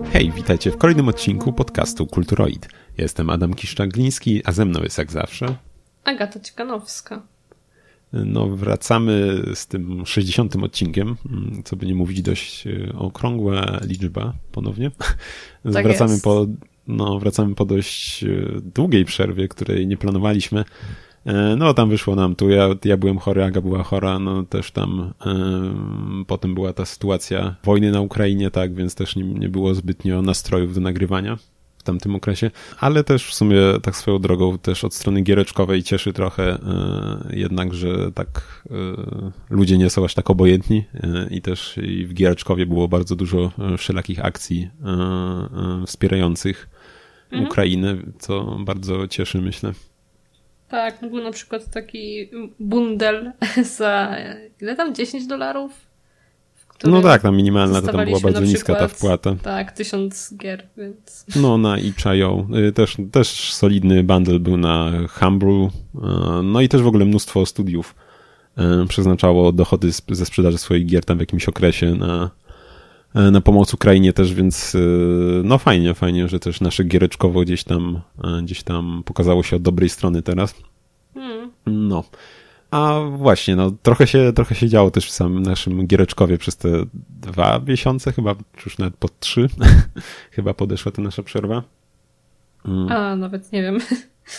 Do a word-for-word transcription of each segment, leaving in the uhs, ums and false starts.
Hej, witajcie w kolejnym odcinku podcastu Kulturoid. Ja jestem Adam Kiszczak-Gliński, a ze mną jest jak zawsze Agata Cikanowska. No, wracamy z tym sześćdziesiątym odcinkiem, co by nie mówić, dość okrągła liczba ponownie. Tak wracamy jest. po, no, wracamy po dość długiej przerwie, której nie planowaliśmy. No, tam wyszło nam tu, ja, ja byłem chory, Aga była chora, no też tam um, potem była ta sytuacja wojny na Ukrainie, tak, więc też nie, nie było zbytnio nastrojów do nagrywania w tamtym okresie, ale też w sumie tak swoją drogą też od strony giereczkowej cieszy trochę e, jednak, że tak e, ludzie nie są aż tak obojętni e, i też i w giereczkowie było bardzo dużo wszelakich akcji e, e, wspierających mhm. Ukrainę, co bardzo cieszy, myślę. Tak, był na przykład taki bundel za ile tam? dziesięć dolarów? No tak, tam minimalna, to tam była bardzo niska ta wpłata. Tak, tysiąc gier, więc... No na itch kropka i o. Też, też solidny bundle był na Humble. No i też w ogóle mnóstwo studiów przeznaczało dochody ze sprzedaży swoich gier tam w jakimś okresie na, na pomoc Ukrainie też, więc no fajnie, fajnie, że też nasze giereczkowo gdzieś tam, gdzieś tam pokazało się od dobrej strony teraz. Hmm. No. A właśnie, no trochę się, trochę się działo też w samym naszym giereczkowie przez te dwa miesiące, chyba już nawet po trzy, chyba podeszła ta nasza przerwa. Mm. A, nawet nie wiem.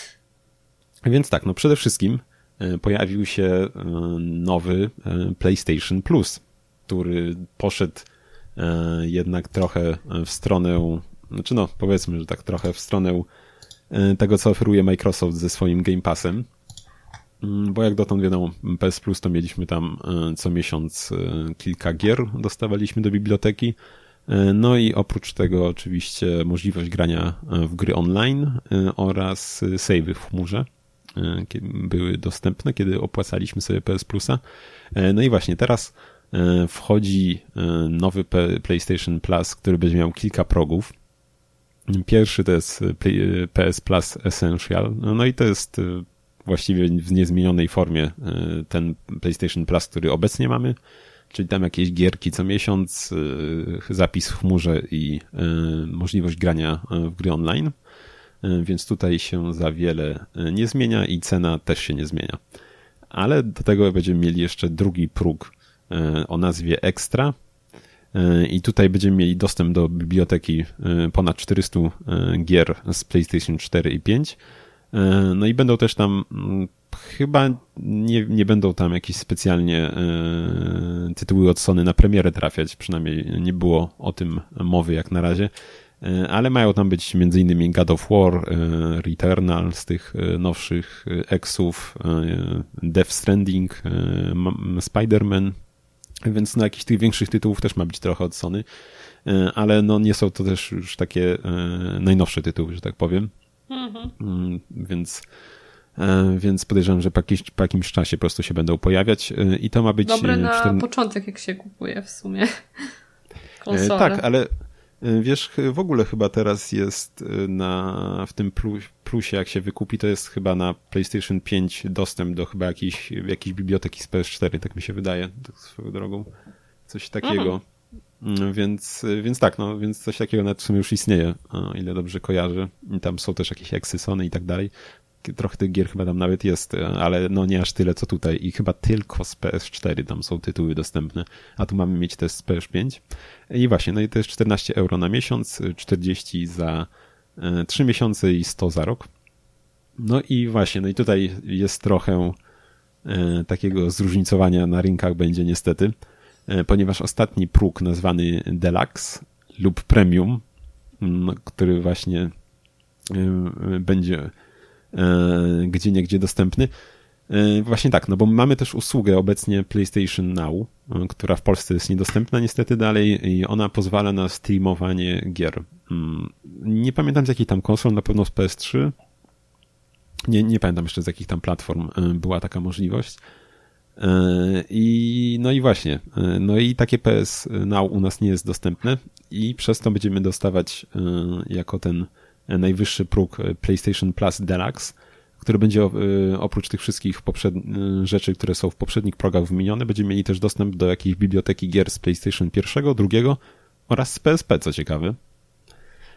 Więc tak, no przede wszystkim pojawił się nowy PlayStation Plus, który poszedł jednak trochę w stronę, znaczy no powiedzmy, że tak trochę w stronę tego, co oferuje Microsoft ze swoim Game Passem. Bo jak dotąd wiadomo, P S Plus to mieliśmy tam co miesiąc kilka gier, dostawaliśmy do biblioteki. No i oprócz tego oczywiście możliwość grania w gry online oraz save'y w chmurze były dostępne, kiedy opłacaliśmy sobie P S Plusa. No i właśnie teraz wchodzi nowy PlayStation Plus, który będzie miał kilka progów. Pierwszy to jest P S Plus Essential, no i to jest właściwie w niezmienionej formie ten PlayStation Plus, który obecnie mamy, czyli tam jakieś gierki co miesiąc, zapis w chmurze i możliwość grania w gry online, więc tutaj się za wiele nie zmienia i cena też się nie zmienia. Ale do tego będziemy mieli jeszcze drugi próg o nazwie Extra i tutaj będziemy mieli dostęp do biblioteki ponad czterysta gier z PlayStation cztery i pięć. No i będą też tam, chyba nie, nie będą tam jakieś specjalnie tytuły od Sony na premierę trafiać, przynajmniej nie było o tym mowy jak na razie, ale mają tam być między innymi God of War, Returnal z tych nowszych Exów, Death Stranding, Spider-Man, więc no jakichś tych większych tytułów też ma być trochę od Sony, ale no nie są to też już takie najnowsze tytuły, że tak powiem. Mhm. Więc, więc podejrzewam, że po, jakiś, po jakimś czasie po prostu się będą pojawiać i to ma być... Dobre na cztern... początek, jak się kupuje w sumie konsolę. Tak, ale wiesz, w ogóle chyba teraz jest na, w tym plusie, jak się wykupi, to jest chyba na PlayStation pięć dostęp do chyba jakiejś, jakiejś biblioteki z P S cztery, tak mi się wydaje, tak swoją drogą. Coś takiego. Mhm. Więc, więc tak, no, więc coś takiego nawet w sumie już istnieje, o ile dobrze kojarzę. I tam są też jakieś eksy Sony i tak dalej. Trochę tych gier chyba tam nawet jest, ale no nie aż tyle co tutaj. I chyba tylko z P S cztery tam są tytuły dostępne, a tu mamy mieć też z P S pięć. I właśnie, no i to jest czternaście euro na miesiąc, czterdzieści za trzy miesiące i sto za rok. No i właśnie, no i tutaj jest trochę takiego zróżnicowania na rynkach będzie niestety, ponieważ ostatni próg nazwany Deluxe lub Premium, który właśnie będzie gdzieniegdzie dostępny. Właśnie tak, no bo mamy też usługę obecnie PlayStation Now, która w Polsce jest niedostępna niestety dalej i ona pozwala na streamowanie gier. Nie pamiętam z jakich tam konsol, na pewno z P S trzy. Nie, nie pamiętam jeszcze z jakich tam platform była taka możliwość. I no i właśnie, no i takie P S Now u nas nie jest dostępne i przez to będziemy dostawać jako ten najwyższy próg PlayStation Plus Deluxe, który będzie oprócz tych wszystkich poprzednich rzeczy, które są w poprzednich progach wymienione, będziemy mieli też dostęp do jakiejś biblioteki gier z PlayStation pierwszego, drugiego oraz z P S P, co ciekawe.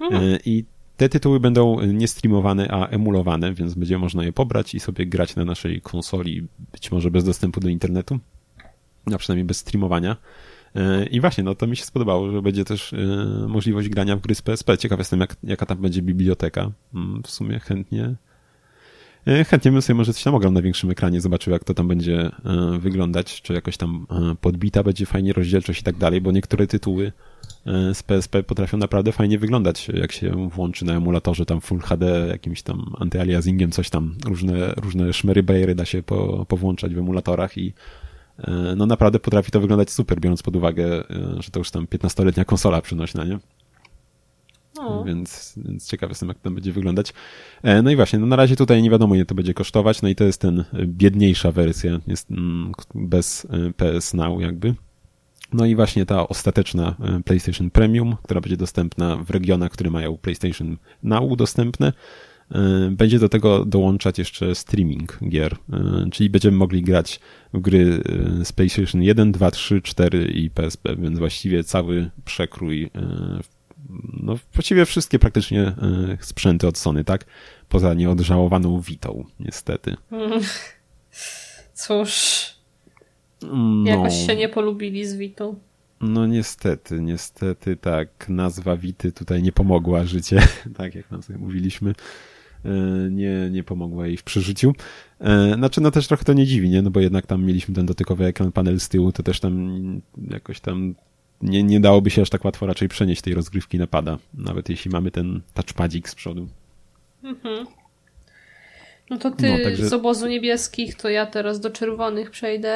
Mhm. I te tytuły będą nie streamowane, a emulowane, więc będzie można je pobrać i sobie grać na naszej konsoli, być może bez dostępu do internetu, a przynajmniej bez streamowania. I właśnie, no to mi się spodobało, że będzie też możliwość grania w gry z P S P. Ciekaw jestem, jak, jaka tam będzie biblioteka. W sumie chętnie chętnie bym sobie może coś tam ograł na większym ekranie, zobaczył, jak to tam będzie wyglądać, czy jakoś tam podbita będzie fajnie rozdzielczość i tak dalej, bo niektóre tytuły z P S P potrafią naprawdę fajnie wyglądać, jak się włączy na emulatorze tam Full H D, jakimś tam antyaliasingiem, coś tam, różne, różne szmery bajery da się po, powłączać w emulatorach i no naprawdę potrafi to wyglądać super, biorąc pod uwagę, że to już tam piętnastoletnia konsola przynośna, nie? No. Więc, więc ciekaw jestem, jak to będzie wyglądać. No i właśnie, no na razie tutaj nie wiadomo, ile to będzie kosztować, no i to jest ten biedniejsza wersja, jest bez P S Now jakby. No i właśnie ta ostateczna PlayStation Premium, która będzie dostępna w regionach, które mają PlayStation Now dostępne, będzie do tego dołączać jeszcze streaming gier, czyli będziemy mogli grać w gry z PlayStation jeden, dwa, trzy, cztery i P S P, więc właściwie cały przekrój, no właściwie wszystkie praktycznie sprzęty od Sony, tak? Poza nieodżałowaną Vitą, niestety. Cóż, no, jakoś się nie polubili z Vitą. No niestety, niestety tak, nazwa Vity tutaj nie pomogła życie, tak jak nam sobie mówiliśmy. Nie, nie pomogła jej w przeżyciu. Znaczy, no też trochę to nie dziwi, nie? No bo jednak tam mieliśmy ten dotykowy ekran, panel z tyłu, to też tam jakoś tam nie, nie dałoby się aż tak łatwo raczej przenieść tej rozgrywki na pada, nawet jeśli mamy ten touchpadzik z przodu. Mhm. No to ty no, także... z obozu niebieskich, to ja teraz do czerwonych przejdę.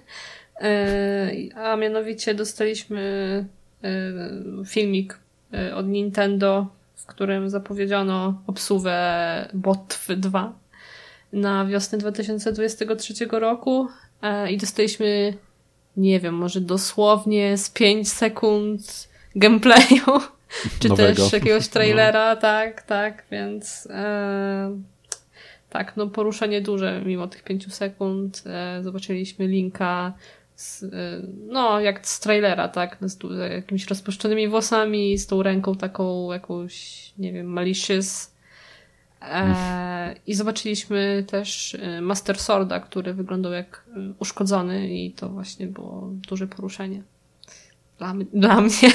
A mianowicie dostaliśmy filmik od Nintendo, w którym zapowiedziano obsługę Botwy dwa na wiosnę dwa tysiące dwudziestego trzeciego roku i dostaliśmy, nie wiem, może dosłownie z pięć sekund gameplayu, czy Nowego. Też jakiegoś trailera, no. tak, tak, więc e, tak, no poruszenie duże mimo tych pięciu sekund. E, zobaczyliśmy linka z, no, jak z trailera, tak, z, z jakimiś rozpuszczonymi włosami, z tą ręką taką jakąś, nie wiem, malicious. E, I zobaczyliśmy też Master Sworda, który wyglądał jak uszkodzony i to właśnie było duże poruszenie. Dla, dla mnie.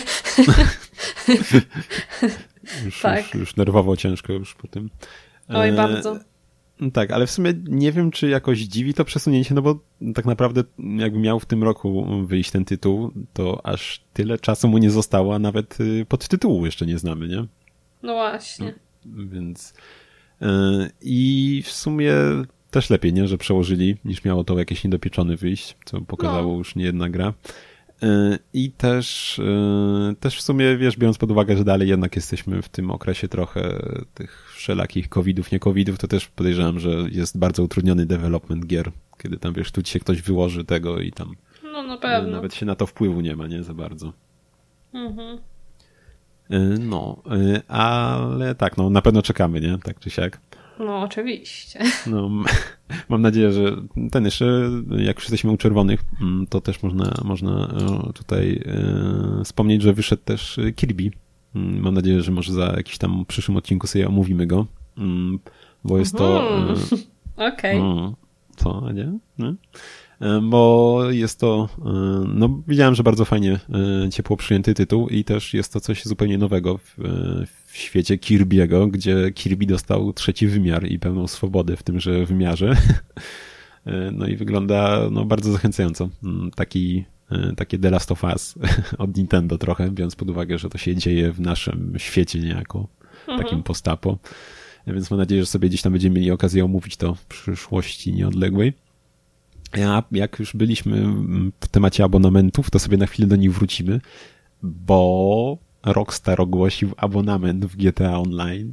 już, tak. już, już nerwowo ciężko już po tym. Oj, e, bardzo. Tak, ale w sumie nie wiem, czy jakoś dziwi to przesunięcie, no bo tak naprawdę jakby miał w tym roku wyjść ten tytuł, to aż tyle czasu mu nie zostało, a nawet podtytułu jeszcze nie znamy, nie? No właśnie. No, więc yy, i w sumie też lepiej, nie, że przełożyli, niż miało to jakieś niedopieczone wyjść, co pokazało no. już niejedna gra. I też, też w sumie, wiesz, biorąc pod uwagę, że dalej jednak jesteśmy w tym okresie trochę tych wszelakich covidów, nie covidów, to też podejrzewam, że jest bardzo utrudniony development gier, kiedy tam, wiesz, tu ci się ktoś wyłoży tego i tam no, na pewno. Nawet się na to wpływu nie ma, nie, za bardzo. Mhm. No, ale tak, no na pewno czekamy, nie, tak czy siak. No, oczywiście. No, mam nadzieję, że ten jeszcze, jak już jesteśmy u czerwonych, to też można, można tutaj e, wspomnieć, że wyszedł też Kirby. Mam nadzieję, że może za jakiś tam przyszłym odcinku sobie omówimy go, bo jest to... E, Okej. Okay. Co, nie? nie? Bo jest to, no widziałem, że bardzo fajnie ciepło przyjęty tytuł i też jest to coś zupełnie nowego w, w świecie Kirby'ego, gdzie Kirby dostał trzeci wymiar i pełną swobodę w tymże wymiarze. No i wygląda no, bardzo zachęcająco. Taki, takie The Last of Us od Nintendo trochę, biorąc pod uwagę, że to się dzieje w naszym świecie niejako, mhm. takim post-apo. Więc mam nadzieję, że sobie gdzieś tam będziemy mieli okazję omówić to w przyszłości nieodległej. A jak już byliśmy w temacie abonamentów, to sobie na chwilę do nich wrócimy, bo Rockstar ogłosił abonament w G T A Online.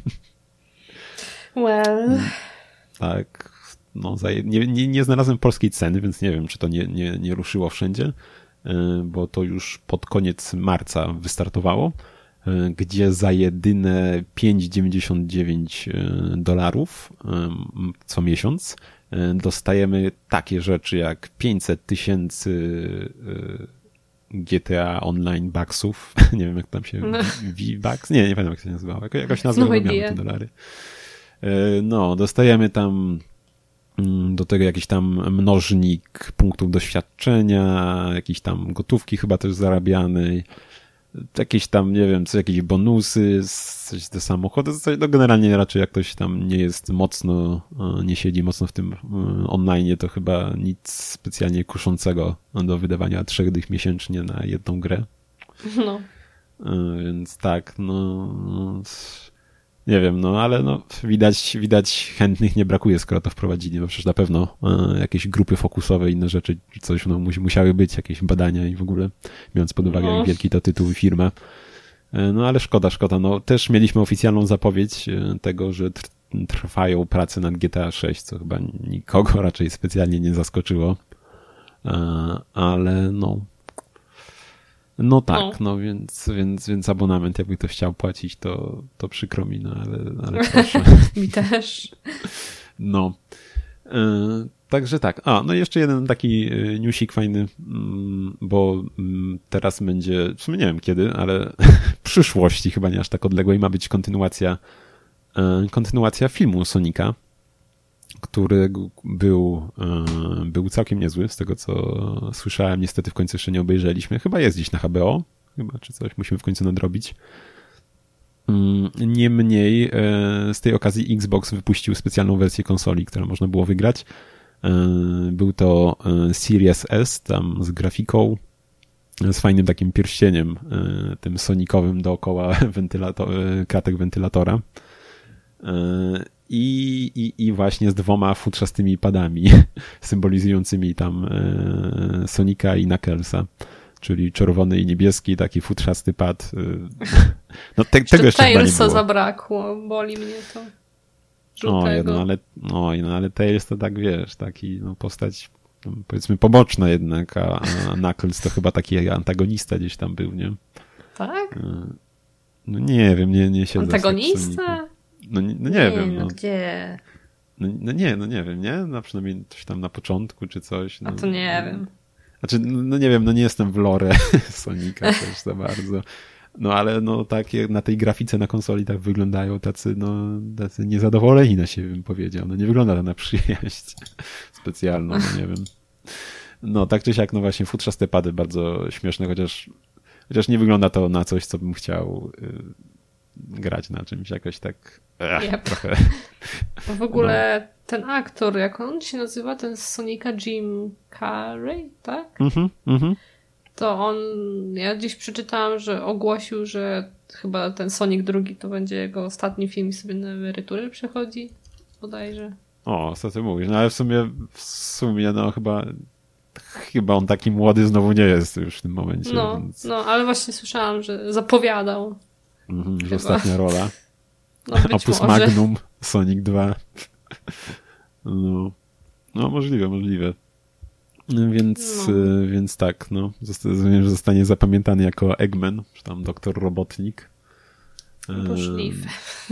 Well. Tak, no nie, nie, nie znalazłem polskiej ceny, więc nie wiem, czy to nie, nie, nie ruszyło wszędzie, bo to już pod koniec marca wystartowało, gdzie za jedyne pięć dziewięćdziesiąt dziewięć dolarów co miesiąc dostajemy takie rzeczy jak pięćset tysięcy G T A Online Bugsów. Nie wiem, jak tam się... No. V-Bugs? Nie, nie pamiętam, jak to się nazywało. Jako, jakoś nazwę no miały te dolary. No, dostajemy tam do tego jakiś tam mnożnik punktów doświadczenia, jakiejś tam gotówki chyba też zarabianej, jakieś tam, nie wiem, co, jakieś bonusy, coś do samochodu, coś, no generalnie raczej jak ktoś tam nie jest mocno, nie siedzi mocno w tym online, to chyba nic specjalnie kuszącego do wydawania trzech dych miesięcznie na jedną grę. No. Więc tak, no... Nie wiem, no ale no widać, widać chętnych nie brakuje, skoro to wprowadzili, bo przecież na pewno e, jakieś grupy fokusowe, inne rzeczy, coś no musi, musiały być, jakieś badania i w ogóle, biorąc pod uwagę, no. jak wielki to tytuł i firma. E, no ale szkoda, szkoda. No też mieliśmy oficjalną zapowiedź e, tego, że tr- trwają prace nad G T A sześć, co chyba nikogo raczej specjalnie nie zaskoczyło. E, ale no... No tak, no, no więc, więc, więc abonament, jakby ktoś chciał płacić, to, to przykro mi, no ale, ale proszę. Mi też. No. E, także tak. A, no jeszcze jeden taki newsik fajny, bo teraz będzie, w sumie nie wiem kiedy, ale w przyszłości, chyba nie aż tak odległej, ma być kontynuacja, e, kontynuacja filmu Sonika, który był, był całkiem niezły, z tego co słyszałem. Niestety w końcu jeszcze nie obejrzeliśmy. Chyba jest gdzieś na H B O, chyba, czy coś musimy w końcu nadrobić. Niemniej z tej okazji Xbox wypuścił specjalną wersję konsoli, którą można było wygrać. Był to Series S, tam z grafiką, z fajnym takim pierścieniem, tym sonikowym dookoła wentylator, kratek wentylatora. I, i, i właśnie z dwoma futrzastymi padami symbolizującymi tam e, Sonika i Knucklesa, czyli czerwony i niebieski, taki futrzasty pad. No te, tego jeszcze chyba nie było. zabrakło, boli mnie to. Oj, no ale, oj, no ale Tails to tak, wiesz, taki no, postać powiedzmy poboczna jednak, a, a Knuckles to chyba taki antagonista gdzieś tam był, nie? Tak? No nie wiem, nie, nie siedzę. Antagonista? No, no nie, nie wiem. No, no gdzie? No, no nie, no nie wiem, nie? No przynajmniej coś tam na początku czy coś. No, A to nie no, wiem. Znaczy, no nie wiem, no nie jestem w lore Sonika też za bardzo. No ale no takie na tej grafice na konsoli tak wyglądają tacy, no tacy niezadowoleni na siebie, bym powiedział. No nie wygląda to na przyjaźń specjalną, no nie wiem. No tak czy siak, no właśnie futrzaste pady bardzo śmieszne, chociaż chociaż nie wygląda to na coś, co bym chciał y, grać na czymś jakoś tak ech, yep. trochę. W ogóle no. Ten aktor, jak on się nazywa, ten z Sonika, Jim Carrey, tak? Mhm, mhm. To on, ja gdzieś przeczytałam, że ogłosił, że chyba ten Sonic drugi to będzie jego ostatni film i sobie na emeryturę przechodzi, bodajże. O, co ty mówisz? No ale w sumie, w sumie no chyba chyba on taki młody znowu nie jest już w tym momencie. No, więc... no ale właśnie słyszałam, że zapowiadał. Mhm, że ostatnia rola. No, Opus może. Magnum, Sonic dwa. No, no możliwe, możliwe. Więc, no. więc tak, no. Rozumiem, że zostanie zapamiętany jako Eggman, czy tam doktor Robotnik. Możliwe.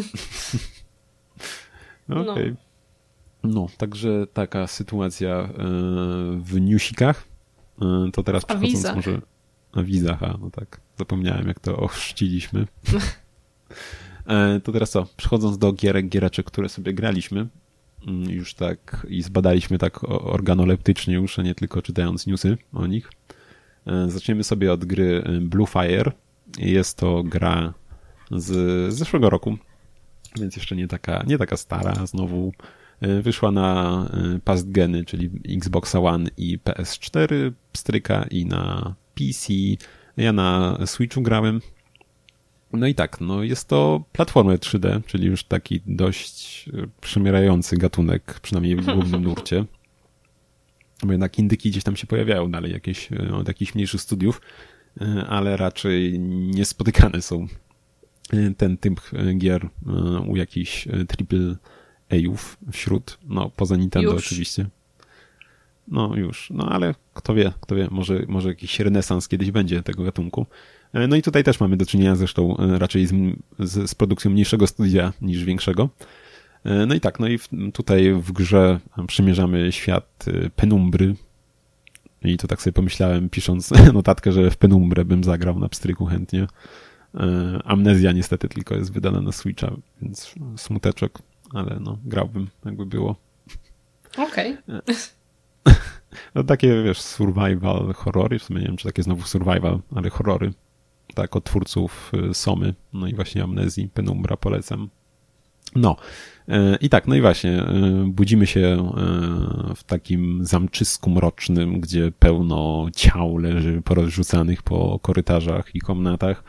Okej. Okay. No, także taka sytuacja w newsikach. To teraz przechodząc może na wizach, a no tak, zapomniałem jak to ochrzciliśmy. To teraz co, przechodząc do gierek, giereczek, które sobie graliśmy, już tak i zbadaliśmy tak organoleptycznie już, a nie tylko czytając newsy o nich. Zaczniemy sobie od gry Blue Fire. Jest to gra z zeszłego roku, więc jeszcze nie taka, nie taka stara. Znowu wyszła na past geny, czyli Xbox One i P S cztery, pstryka i na P C. Ja na Switchu grałem. No i tak, no jest to platformer trzy D, czyli już taki dość przymierający gatunek, przynajmniej w głównym nurcie. Bo jednak indyki gdzieś tam się pojawiają dalej, jakieś, od jakichś mniejszych studiów, ale raczej niespotykane są ten typ gier u jakichś triple A-ów wśród, no poza Nintendo już. Oczywiście. No już, no ale kto wie, kto wie, może, może jakiś renesans kiedyś będzie tego gatunku. No i tutaj też mamy do czynienia zresztą raczej z, z, z produkcją mniejszego studia niż większego. No i tak, no i w, tutaj w grze przymierzamy świat Penumbry, I to tak sobie pomyślałem, pisząc notatkę, że w Penumbrę bym zagrał na pstryku chętnie. Amnezja niestety tylko jest wydana na Switcha, więc smuteczek, ale no, grałbym, jakby było. Okej. Okay. No takie, wiesz, survival horrory, w sumie nie wiem, czy takie znowu survival, ale horrory. Tak, od twórców Somy, no i właśnie Amnezji, Penumbra polecam. No i tak, no i właśnie, budzimy się w takim zamczysku mrocznym, gdzie pełno ciał leży porozrzucanych po korytarzach i komnatach.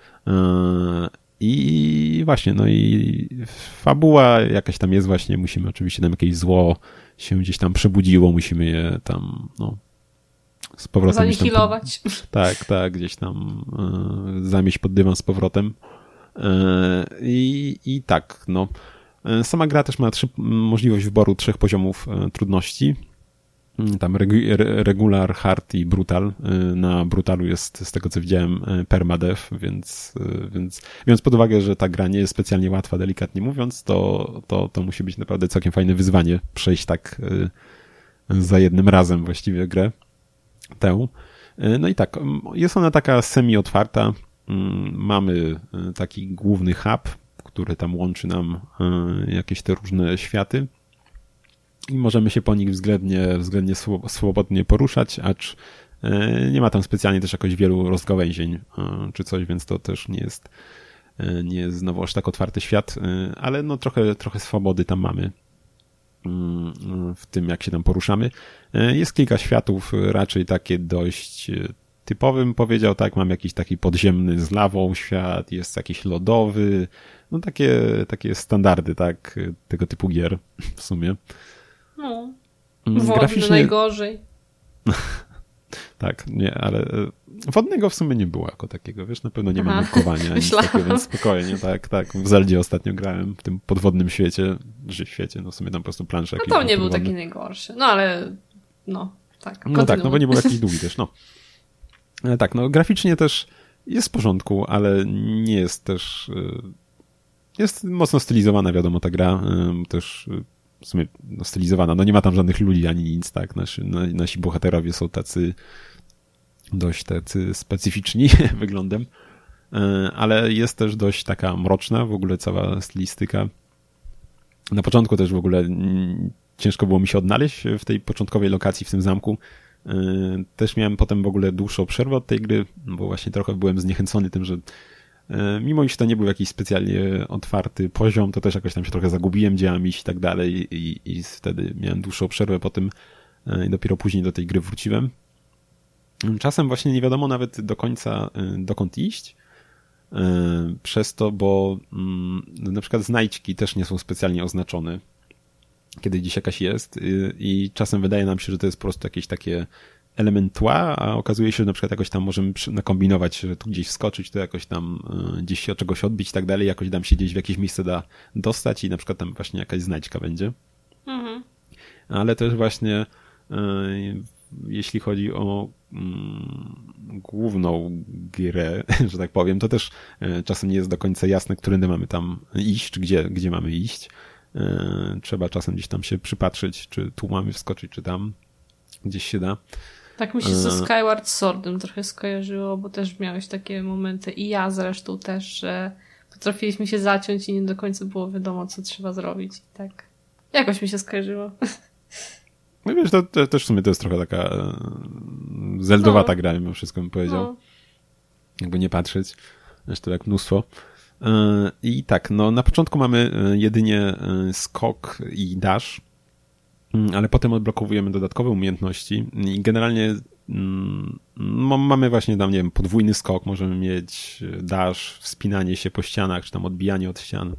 I właśnie, no i fabuła jakaś tam jest właśnie, musimy oczywiście tam jakieś zło się gdzieś tam przebudziło, musimy je tam, no, z powrotem... Zanihilować. Tam, tak, tak, gdzieś tam y, zamieść pod dywan z powrotem. Y, i, I tak, no. Sama gra też ma trzy, możliwość wyboru trzech poziomów y, trudności. Tam regu, regular, hard i brutal. Na brutalu jest, z tego co widziałem, permadeath, więc, więc biorąc pod uwagę, że ta gra nie jest specjalnie łatwa, delikatnie mówiąc, to, to, to musi być naprawdę całkiem fajne wyzwanie przejść tak za jednym razem właściwie grę tę. No i tak, jest ona taka semi-otwarta. Mamy taki główny hub, który tam łączy nam jakieś te różne światy. I możemy się po nich względnie, względnie swobodnie poruszać, acz nie ma tam specjalnie też jakoś wielu rozgałęzień czy coś, więc to też nie jest, nie jest znowu aż tak otwarty świat, ale no trochę, trochę swobody tam mamy w tym, jak się tam poruszamy. Jest kilka światów, raczej takie dość typowym powiedział, tak, mam jakiś taki podziemny z lawą świat, jest jakiś lodowy, no takie, takie standardy, tak, tego typu gier w sumie. No, wodny graficznie... najgorzej. Tak, nie, ale wodnego w sumie nie było jako takiego, wiesz, na pewno nie ma nurkowania, nic takiego, więc spokojnie, tak, tak. W Zeldzie ostatnio grałem w tym podwodnym świecie, że świecie, no w sumie tam po prostu plansze. No to nie był taki najgorszy, no ale no, tak. Kontynuuj. No tak, no bo nie był jakiś długi też, no. Ale tak, no graficznie też jest w porządku, ale nie jest też, jest mocno stylizowana, wiadomo, ta gra, też w sumie no, stylizowana. No nie ma tam żadnych ludzi ani nic, tak. Nasi, nasi bohaterowie są tacy dość tacy specyficzni wyglądem, ale jest też dość taka mroczna w ogóle cała stylistyka. Na początku też w ogóle ciężko było mi się odnaleźć w tej początkowej lokacji, w tym zamku. Też miałem potem w ogóle dłuższą przerwę od tej gry, bo właśnie trochę byłem zniechęcony tym, że mimo iż to nie był jakiś specjalnie otwarty poziom, to też jakoś tam się trochę zagubiłem, gdzie mam iść i tak dalej i, i wtedy miałem dłuższą przerwę po tym i dopiero później do tej gry wróciłem. Czasem właśnie nie wiadomo nawet do końca dokąd iść, przez to, bo na przykład znajdźki też nie są specjalnie oznaczone, kiedy gdzieś jakaś jest i czasem wydaje nam się, że to jest po prostu jakieś takie element tła, a okazuje się, że na przykład jakoś tam możemy nakombinować, że tu gdzieś wskoczyć, to jakoś tam gdzieś się od czegoś odbić i tak dalej, jakoś dam się gdzieś w jakieś miejsce da dostać i na przykład tam właśnie jakaś znajdźka będzie. Mhm. Ale też właśnie jeśli chodzi o mm, główną grę, że tak powiem, to też czasem nie jest do końca jasne, którędy mamy tam iść, czy gdzie, gdzie mamy iść. Trzeba czasem gdzieś tam się przypatrzeć, czy tu mamy wskoczyć, czy tam gdzieś się da. Tak mi się ze Skyward Swordem trochę skojarzyło, bo też miałeś takie momenty i ja zresztą też, że potrafiliśmy się zaciąć i nie do końca było wiadomo, co trzeba zrobić. I tak jakoś mi się skojarzyło. No wiesz, to, to też w sumie to jest trochę taka zeldowata no. gra, mimo wszystko bym powiedział. No. Jakby nie patrzeć. Zresztą jak mnóstwo. I tak, no na początku mamy jedynie skok i dash, ale potem odblokowujemy dodatkowe umiejętności i generalnie no, mamy właśnie tam, nie wiem, podwójny skok, możemy mieć dash, wspinanie się po ścianach, czy tam odbijanie od ścian.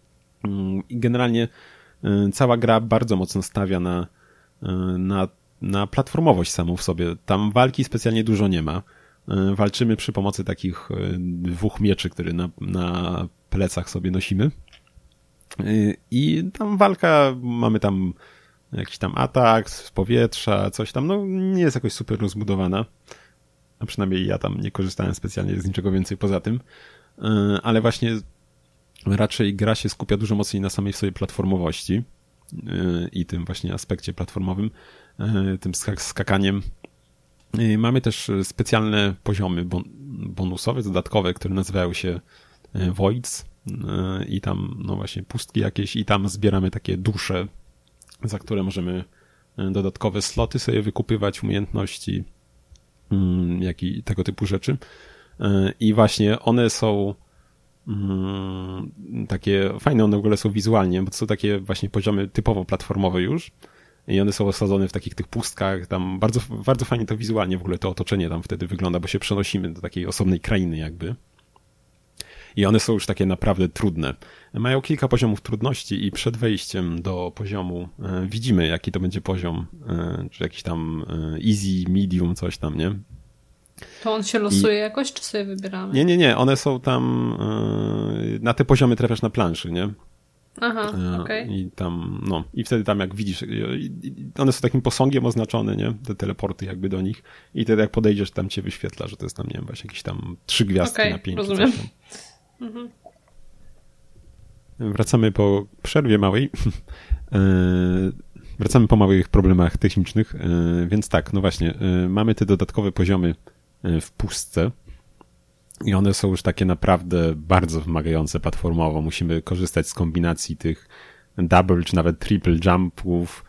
I generalnie cała gra bardzo mocno stawia na, na, na platformowość samą w sobie. Tam walki specjalnie dużo nie ma. Walczymy przy pomocy takich dwóch mieczy, które na, na plecach sobie nosimy. I tam walka, mamy tam jakiś tam atak z powietrza, coś tam, no nie jest jakoś super rozbudowana. A przynajmniej ja tam nie korzystałem specjalnie z niczego więcej poza tym. Ale właśnie raczej gra się skupia dużo mocniej na samej swojej platformowości i tym właśnie aspekcie platformowym, tym skakaniem Mamy też specjalne poziomy bonusowe, dodatkowe, które nazywają się Voids i tam no właśnie pustki jakieś i tam zbieramy takie dusze, za które możemy dodatkowe sloty sobie wykupywać, umiejętności, jak i tego typu rzeczy. I właśnie one są takie fajne, one w ogóle są wizualnie, bo to są takie właśnie poziomy typowo platformowe już i one są osadzone w takich tych pustkach, tam bardzo, bardzo fajnie to wizualnie w ogóle to otoczenie tam wtedy wygląda, bo się przenosimy do takiej osobnej krainy jakby. I one są już takie naprawdę trudne. Mają kilka poziomów trudności i przed wejściem do poziomu e, widzimy, jaki to będzie poziom, e, czy jakiś tam e, easy, medium, coś tam, nie? To on się losuje I... jakoś, czy sobie wybieramy? Nie, nie, nie. One są tam, e, na te poziomy trafiasz na planszy, nie? Aha, e, okej. Okay. I tam, no, i wtedy tam jak widzisz, one są takim posągiem oznaczone, nie? Te teleporty jakby do nich i wtedy jak podejdziesz, tam cię wyświetla, że to jest tam, nie wiem, właśnie jakieś tam trzy gwiazdki okay, na pięć. Rozumiem. Mhm. Wracamy po przerwie małej. Wracamy po małych problemach technicznych, więc tak, no właśnie, mamy te dodatkowe poziomy w pustce i one są już takie naprawdę bardzo wymagające platformowo. Musimy korzystać z kombinacji tych double czy nawet triple jumpów,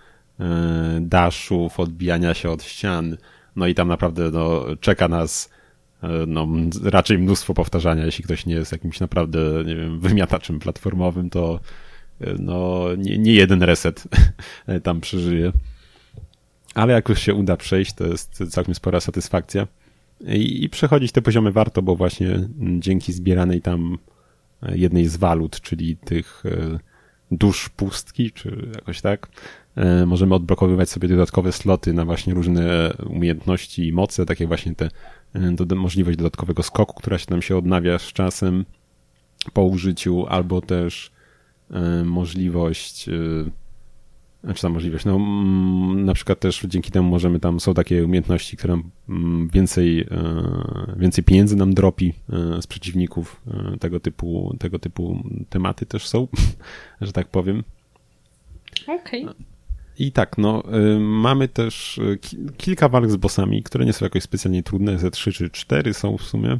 dashów, odbijania się od ścian, no i tam naprawdę no, czeka nas no, raczej mnóstwo powtarzania, jeśli ktoś nie jest jakimś naprawdę, nie wiem, wymiataczem platformowym, to no, nie, nie jeden reset tam przeżyje. Ale jak już się uda przejść, to jest całkiem spora satysfakcja. I, i przechodzić te poziomy warto, bo właśnie dzięki zbieranej tam jednej z walut, czyli tych dusz pustki, czy jakoś tak, możemy odblokowywać sobie dodatkowe sloty na właśnie różne umiejętności i moce, takie właśnie te do, możliwość dodatkowego skoku, która się tam się odnawia z czasem po użyciu, albo też y, możliwość y, znaczy tam możliwość, no mm, na przykład też dzięki temu możemy tam, są takie umiejętności, które mm, więcej, y, więcej pieniędzy nam dropi y, z przeciwników, y, tego typu, tego typu tematy też są, że tak powiem. Okej. Okay. I tak, no, y, mamy też y, ki- kilka walk z bossami, które nie są jakoś specjalnie trudne, ze trzy czy cztery są w sumie.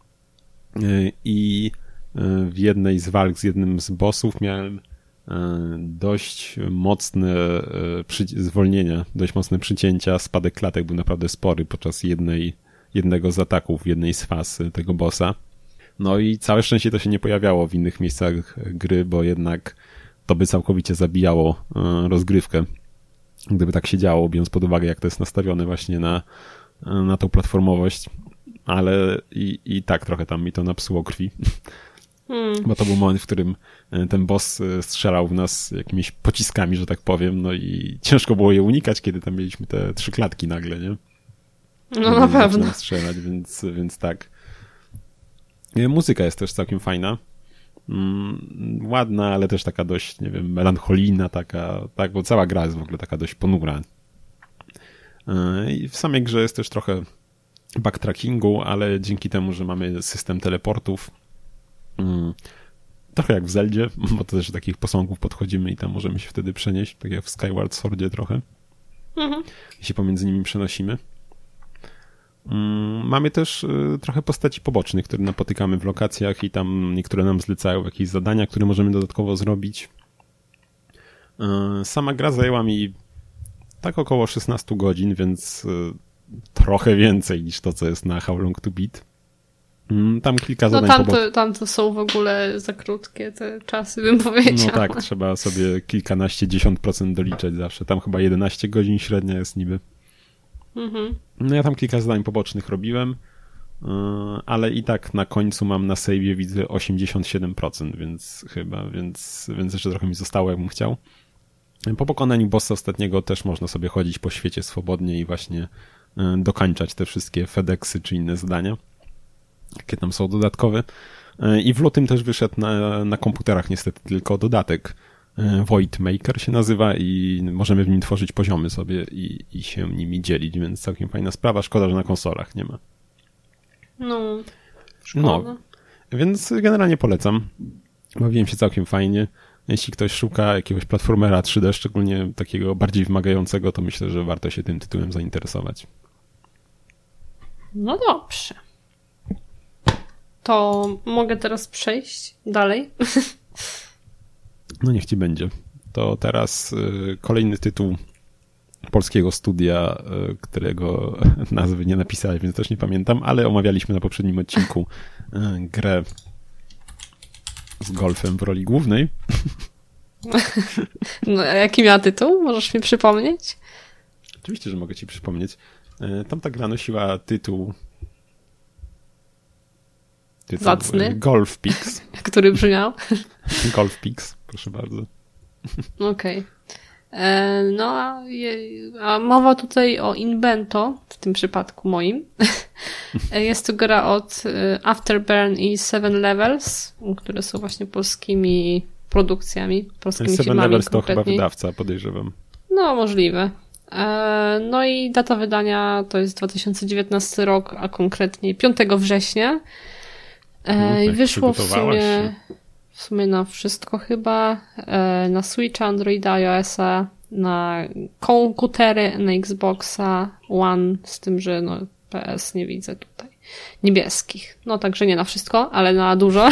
Y, I y, w jednej z walk z jednym z bossów miałem y, dość mocne y, przy- zwolnienia, dość mocne przycięcia, spadek klatek był naprawdę spory podczas jednej, jednego z ataków, jednej z faz tego bossa. No i całe szczęście to się nie pojawiało w innych miejscach gry, bo jednak to by całkowicie zabijało y, rozgrywkę. Gdyby tak się działo, biorąc pod uwagę, jak to jest nastawione właśnie na, na tą platformowość, ale i, i tak trochę tam mi to napsuło krwi, hmm. bo to był moment, w którym ten boss strzelał w nas jakimiś pociskami, że tak powiem, no i ciężko było je unikać, kiedy tam mieliśmy te trzy klatki nagle, nie? No na pewno. Strzelać, więc, więc tak. Muzyka jest też całkiem fajna. Ładna, ale też taka dość, nie wiem, melancholijna, taka, tak, bo cała gra jest w ogóle taka dość ponura. I w samej grze jest też trochę backtrackingu, ale dzięki temu, że mamy system teleportów, trochę jak w Zeldzie, bo to też do takich posągów podchodzimy i tam możemy się wtedy przenieść, tak jak w Skyward Swordzie trochę. Mhm. I się pomiędzy nimi przenosimy. Mamy też trochę postaci pobocznych, które napotykamy w lokacjach i tam niektóre nam zlecają jakieś zadania, które możemy dodatkowo zrobić. Sama gra zajęła mi tak około szesnaście godzin, więc trochę więcej niż to, co jest na How Long to Beat. Tam kilka zadań no tam pobocznych. To, tam to są w ogóle za krótkie te czasy, bym powiedziała. No tak, trzeba sobie kilkanaście, dziesiąt procent doliczać zawsze. Tam chyba jedenaście godzin średnia jest niby. Mhm. No ja tam kilka zadań pobocznych robiłem, ale i tak na końcu mam na save'ie widzę osiemdziesiąt siedem procent, więc chyba, więc, więc jeszcze trochę mi zostało, jakbym chciał. Po pokonaniu bossa ostatniego też można sobie chodzić po świecie swobodnie i właśnie dokańczać te wszystkie FedExy czy inne zadania, jakie tam są dodatkowe. I w lutym też wyszedł na, na komputerach niestety tylko dodatek. Void Maker się nazywa i możemy w nim tworzyć poziomy sobie i, i się nimi dzielić, więc całkiem fajna sprawa. Szkoda, że na konsolach nie ma. No, szkoda. No, więc generalnie polecam. Bawiłem się całkiem fajnie. Jeśli ktoś szuka jakiegoś platformera trzy D, szczególnie takiego bardziej wymagającego, to myślę, że warto się tym tytułem zainteresować. No dobrze. To mogę teraz przejść dalej? No niech ci będzie. To teraz y, kolejny tytuł polskiego studia, y, którego nazwy nie napisałem, więc też nie pamiętam, ale omawialiśmy na poprzednim odcinku y, grę z golfem w roli głównej. No, a jaki miała tytuł? Możesz mi przypomnieć? Oczywiście, że mogę ci przypomnieć. Y, tamta gra nosiła tytuł Tytuł, Zacny. Golf Pix. Który brzmiał? Golf Pix, proszę bardzo. Okej. Okay. No, a, je, a mowa tutaj o Invento, w tym przypadku moim. Jest to gra od Afterburn i Seven Levels, które są właśnie polskimi produkcjami, polskimi Seven filmami Levels to konkretnie. chyba wydawca, podejrzewam. No, możliwe. No i data wydania to jest dwa tysiące dziewiętnasty rok, a konkretnie piątego września. No, I tak, wyszło w sumie, się. w sumie na wszystko chyba, na Switcha, Androida, iOS-a, na komputery, na Xboxa One, z tym, że no P S nie widzę tutaj niebieskich. No także nie na wszystko, ale na dużo.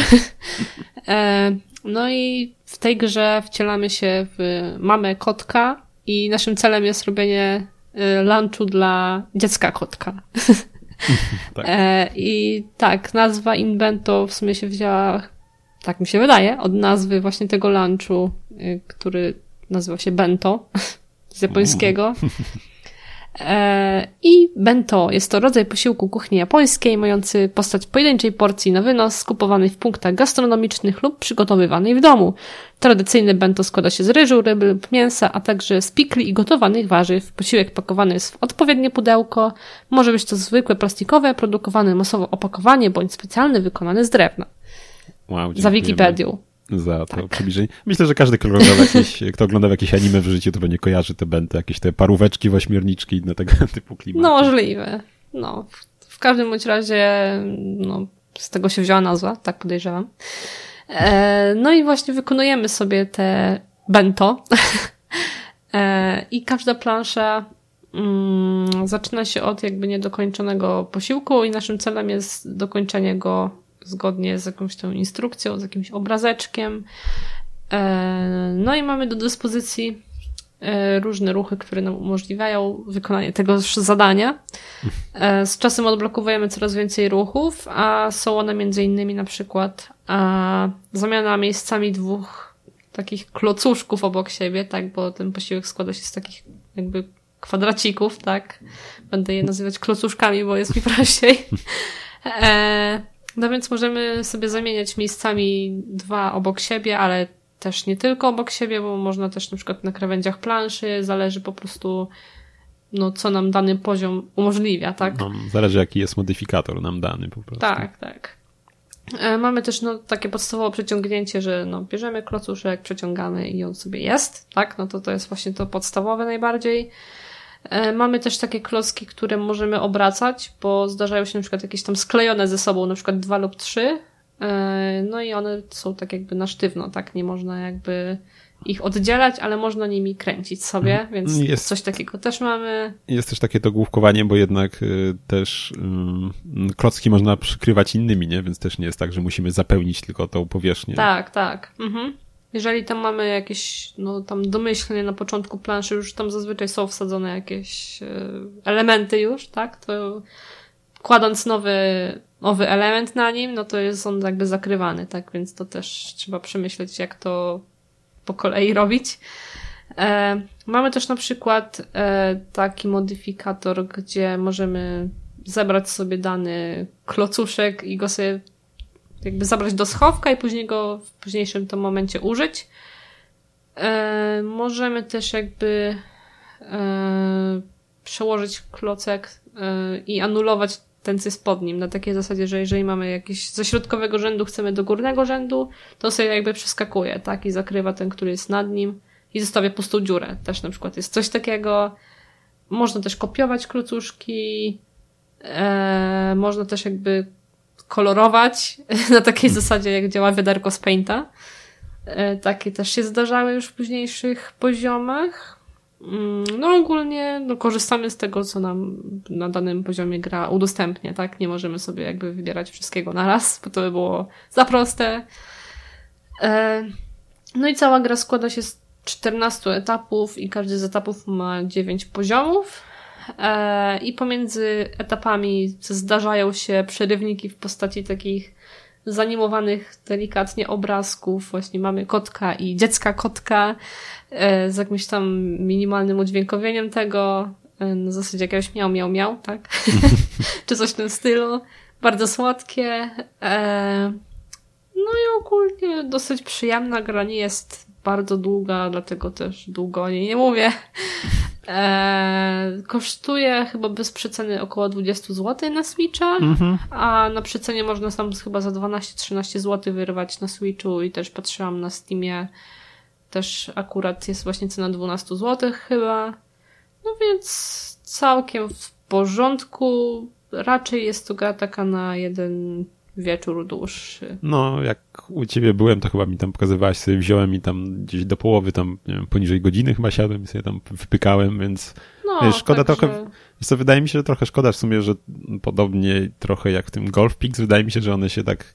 No i w tej grze wcielamy się w mamę kotka i naszym celem jest robienie lunchu dla dziecka kotka. Tak. E, I tak, nazwa Invento w sumie się wzięła, tak mi się wydaje, od nazwy właśnie tego lunchu, y, który nazywa się bento z japońskiego. E, I bento jest to rodzaj posiłku kuchni japońskiej, mający postać pojedynczej porcji na wynos, skupowanej w punktach gastronomicznych lub przygotowywanej w domu. Tradycyjne bento składa się z ryżu, ryby lub mięsa, a także z pikli i gotowanych warzyw. Posiłek pakowany jest w odpowiednie pudełko. Może być to zwykłe plastikowe, produkowane masowo opakowanie, bądź specjalne wykonane z drewna. Wow, za Wikipedią. Za to tak. przybliżenie. Myślę, że każdy, kto oglądał jakieś, kto oglądał jakieś anime w życiu, to będzie kojarzy te benty, jakieś te paróweczki, ośmiorniczki i inne tego typu klimaty. No, możliwe. No, w, w każdym bądź razie, no, z tego się wzięła nazwa, tak podejrzewam. E, no i właśnie wykonujemy sobie te bento. e, I każda plansza mm, zaczyna się od jakby niedokończonego posiłku i naszym celem jest dokończenie go zgodnie z jakąś tą instrukcją, z jakimś obrazeczkiem. No i mamy do dyspozycji różne ruchy, które nam umożliwiają wykonanie tego zadania. Z czasem odblokowujemy coraz więcej ruchów, a są one między innymi na przykład zamiana miejscami dwóch takich klocuszków obok siebie, tak, bo ten posiłek składa się z takich jakby kwadracików, tak. Będę je nazywać klocuszkami, bo jest mi prościej. No więc możemy sobie zamieniać miejscami dwa obok siebie, ale też nie tylko obok siebie, bo można też na przykład na krawędziach planszy, zależy po prostu, no, co nam dany poziom umożliwia, tak? No, zależy, jaki jest modyfikator nam dany po prostu. Tak, tak. E, mamy też, no, takie podstawowe przeciągnięcie, że, no, bierzemy klocuszek, przeciągamy i on sobie jest, tak? No to to jest właśnie to podstawowe najbardziej. Mamy też takie klocki, które możemy obracać, bo zdarzają się na przykład jakieś tam sklejone ze sobą, na przykład dwa lub trzy. No i one są tak jakby na sztywno, tak? Nie można jakby ich oddzielać, ale można nimi kręcić sobie, więc jest, coś takiego też mamy. Jest też takie to główkowanie, bo jednak y, też y, klocki można przykrywać innymi, nie? Więc też nie jest tak, że musimy zapełnić tylko tą powierzchnię. Tak, tak. Mhm. Jeżeli tam mamy jakieś, no tam domyślnie na początku planszy już tam zazwyczaj są wsadzone jakieś elementy już, tak, to kładąc nowy, nowy element na nim, no to jest on jakby zakrywany, tak, więc to też trzeba przemyśleć, jak to po kolei robić. E, mamy też na przykład e, taki modyfikator, gdzie możemy zebrać sobie dany klocuszek i go sobie jakby zabrać do schowka i później go w późniejszym to momencie użyć. E, możemy też jakby e, przełożyć klocek e, i anulować ten, co jest pod nim. Na takiej zasadzie, że jeżeli mamy jakieś ze środkowego rzędu chcemy do górnego rzędu, to sobie jakby przeskakuje, tak? I zakrywa ten, który jest nad nim i zostawia pustą dziurę. Też na przykład jest coś takiego. Można też kopiować klocuszki. E, można też jakby kolorować na takiej zasadzie, jak działa wiaderko z Painta. Takie też się zdarzały już w późniejszych poziomach. No ogólnie no, korzystamy z tego, co nam na danym poziomie gra udostępnia, tak? Nie możemy sobie jakby wybierać wszystkiego na raz, bo to by było za proste. No i cała gra składa się z czternastu etapów i każdy z etapów ma dziewięć poziomów. I pomiędzy etapami zdarzają się przerywniki w postaci takich zanimowanych delikatnie obrazków. Właśnie mamy kotka i dziecka kotka z jakimś tam minimalnym udźwiękowieniem tego, na zasadzie jakiegoś miał, miał, miał, tak? Czy coś w tym stylu. Bardzo słodkie. No i ogólnie dosyć przyjemna gra, nie jest bardzo długa, dlatego też długo o niej nie mówię. Eee, kosztuje chyba bez przeceny około dwadzieścia złotych na Switcha, mm-hmm. a na przecenie można tam chyba za dwanaście trzynaście złotych wyrwać na Switchu i też patrzyłam na Steamie, też akurat jest właśnie cena dwanaście złotych chyba. No więc całkiem w porządku. Raczej jest to gra taka na jeden wieczór dłuższy. No, jak u ciebie byłem, to chyba mi tam pokazywałaś, sobie wziąłem i tam gdzieś do połowy, tam nie wiem, poniżej godziny chyba siadłem i sobie tam wypykałem, więc no, wiesz, szkoda tak, trochę, że... wiesz co, wydaje mi się, że trochę szkoda w sumie, że podobnie trochę jak w tym Golf Pix, wydaje mi się, że one się tak,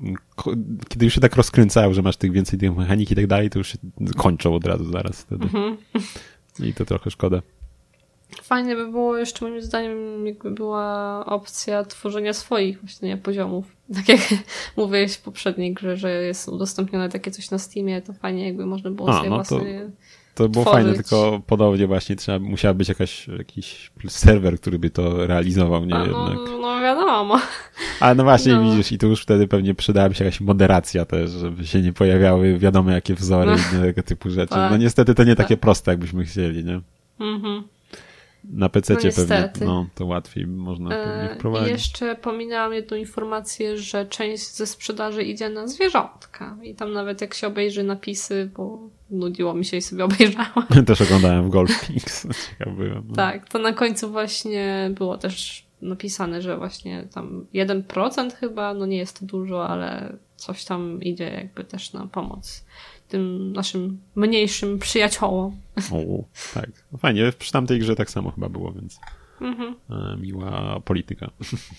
kiedy już się tak rozkręcają, że masz tych więcej tych mechanik i tak dalej, to już się kończą od razu zaraz wtedy. Mhm. I to trochę szkoda. Fajnie by było jeszcze moim zdaniem, jakby była opcja tworzenia swoich właśnie poziomów. Tak jak mówiłeś w poprzedniej grze, że jest udostępnione takie coś na Steamie, to fajnie jakby można było A, sobie no własnie to, to było tworzyć. fajne, tylko podobnie właśnie trzeba, musiał być jakaś, jakiś serwer, który by to realizował, nie? A, no, jednak. no wiadomo. Ale no właśnie no. widzisz, i tu już wtedy pewnie przydałaby się jakaś moderacja też, żeby się nie pojawiały wiadomo jakie wzory no. i tego typu rzeczy. Tak. No niestety to nie takie tak. proste, jakbyśmy chcieli, nie? Mhm. Na pececie no pewnie, no to łatwiej można pewnie wprowadzić. I jeszcze pominęłam jedną informację, że część ze sprzedaży idzie na zwierzątka. I tam nawet jak się obejrzy napisy, bo nudziło mi się i sobie obejrzałam. Też oglądałem w Golf Pix. Ciekaw byłem. No. Tak, to na końcu właśnie było też napisane, że właśnie tam jeden procent chyba, no nie jest to dużo, ale coś tam idzie jakby też na pomoc tym naszym mniejszym przyjaciołom. O, tak. Fajnie, przy tamtej grze tak samo chyba było, więc mhm. miła polityka.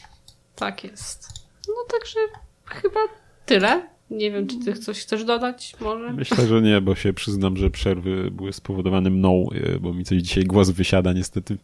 Tak jest. No także chyba tyle. Nie wiem, czy ty coś chcesz dodać może? Myślę, że nie, bo się przyznam, że przerwy były spowodowane mną, bo mi coś dzisiaj głos wysiada niestety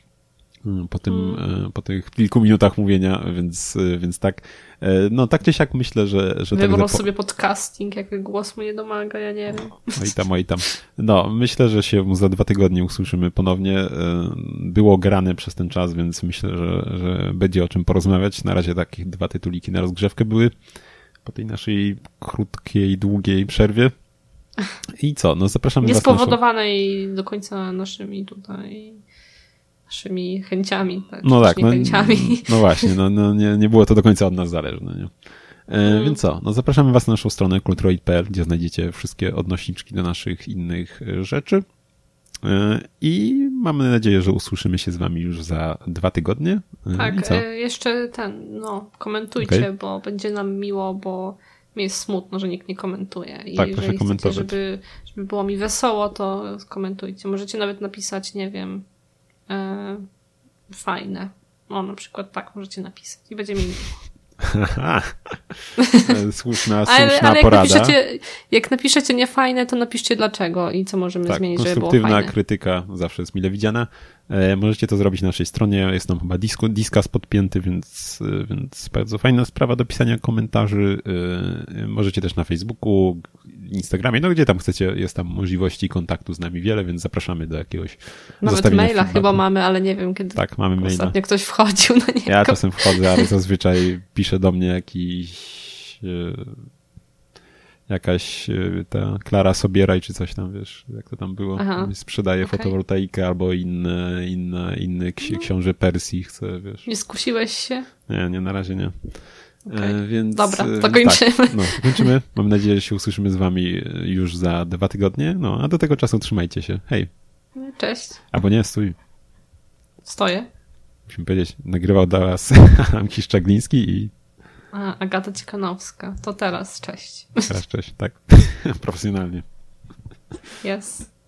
po tym, hmm. po tych kilku minutach mówienia, więc, więc tak, no tak czy siak myślę, że... że Wybrał tak zapo- sobie podcasting, jak głos mu nie domaga, ja nie wiem. Oj tam, oj tam. No, myślę, że się za dwa tygodnie usłyszymy ponownie. Było grane przez ten czas, więc myślę, że, że będzie o czym porozmawiać. Na razie takie dwa tytuliki na rozgrzewkę były po tej naszej krótkiej, długiej przerwie. I co? No zapraszamy was. Niespowodowanej naszą... do końca naszymi tutaj... naszymi chęciami. Tak, no tak, no, chęciami. no właśnie, no, no nie, nie było to do końca od nas zależne. Nie? E, mm. Więc co, no zapraszamy was na naszą stronę kulturoid kropka p l, gdzie znajdziecie wszystkie odnośniczki do naszych innych rzeczy e, i mamy nadzieję, że usłyszymy się z wami już za dwa tygodnie. E, tak, i co? E, jeszcze ten, no komentujcie, okay. bo będzie nam miło, bo mi jest smutno, że nikt nie komentuje. I tak, proszę komentować. Chcecie, żeby, żeby było mi wesoło, to komentujcie. Możecie nawet napisać, nie wiem, E, fajne. O, na przykład tak możecie napisać i będzie mi miło. Słuszna, słuszna ale, ale jak porada. Napiszecie, jak napiszecie niefajne, to napiszcie dlaczego i co możemy tak, zmienić, żeby było konstruktywna fajne. krytyka zawsze jest mile widziana. E, możecie to zrobić na naszej stronie. Jest tam chyba disku, diskas podpięty, więc, więc bardzo fajna sprawa do pisania komentarzy. E, możecie też na Facebooku, Instagramie, no gdzie tam chcecie, jest tam możliwości kontaktu z nami wiele, więc zapraszamy do jakiegoś nawet maila feedbacku. Chyba mamy, ale nie wiem kiedy tak, mamy maila. Ostatnio ktoś wchodził na niego. Ja czasem wchodzę, ale zazwyczaj pisze do mnie jakiś e, jakaś e, ta Klara Sobieraj czy coś tam, wiesz, jak to tam było. Aha, sprzedaje okay. fotowoltaikę albo inne, inne, inny ksi- no. książę Persji chce, wiesz. Nie skusiłeś się? Nie, nie, na razie nie. Okay. E, więc, dobra, to kończymy. Tak, no, kończymy. Mam nadzieję, że się usłyszymy z wami już za dwa tygodnie. No, a do tego czasu trzymajcie się. Hej. Cześć. Albo nie, stój. Stoję. Musimy powiedzieć, nagrywał dla was Amki Szczagliński i a, Agata Cikanowska. To teraz cześć. Teraz cześć, tak. Profesjonalnie. Yes.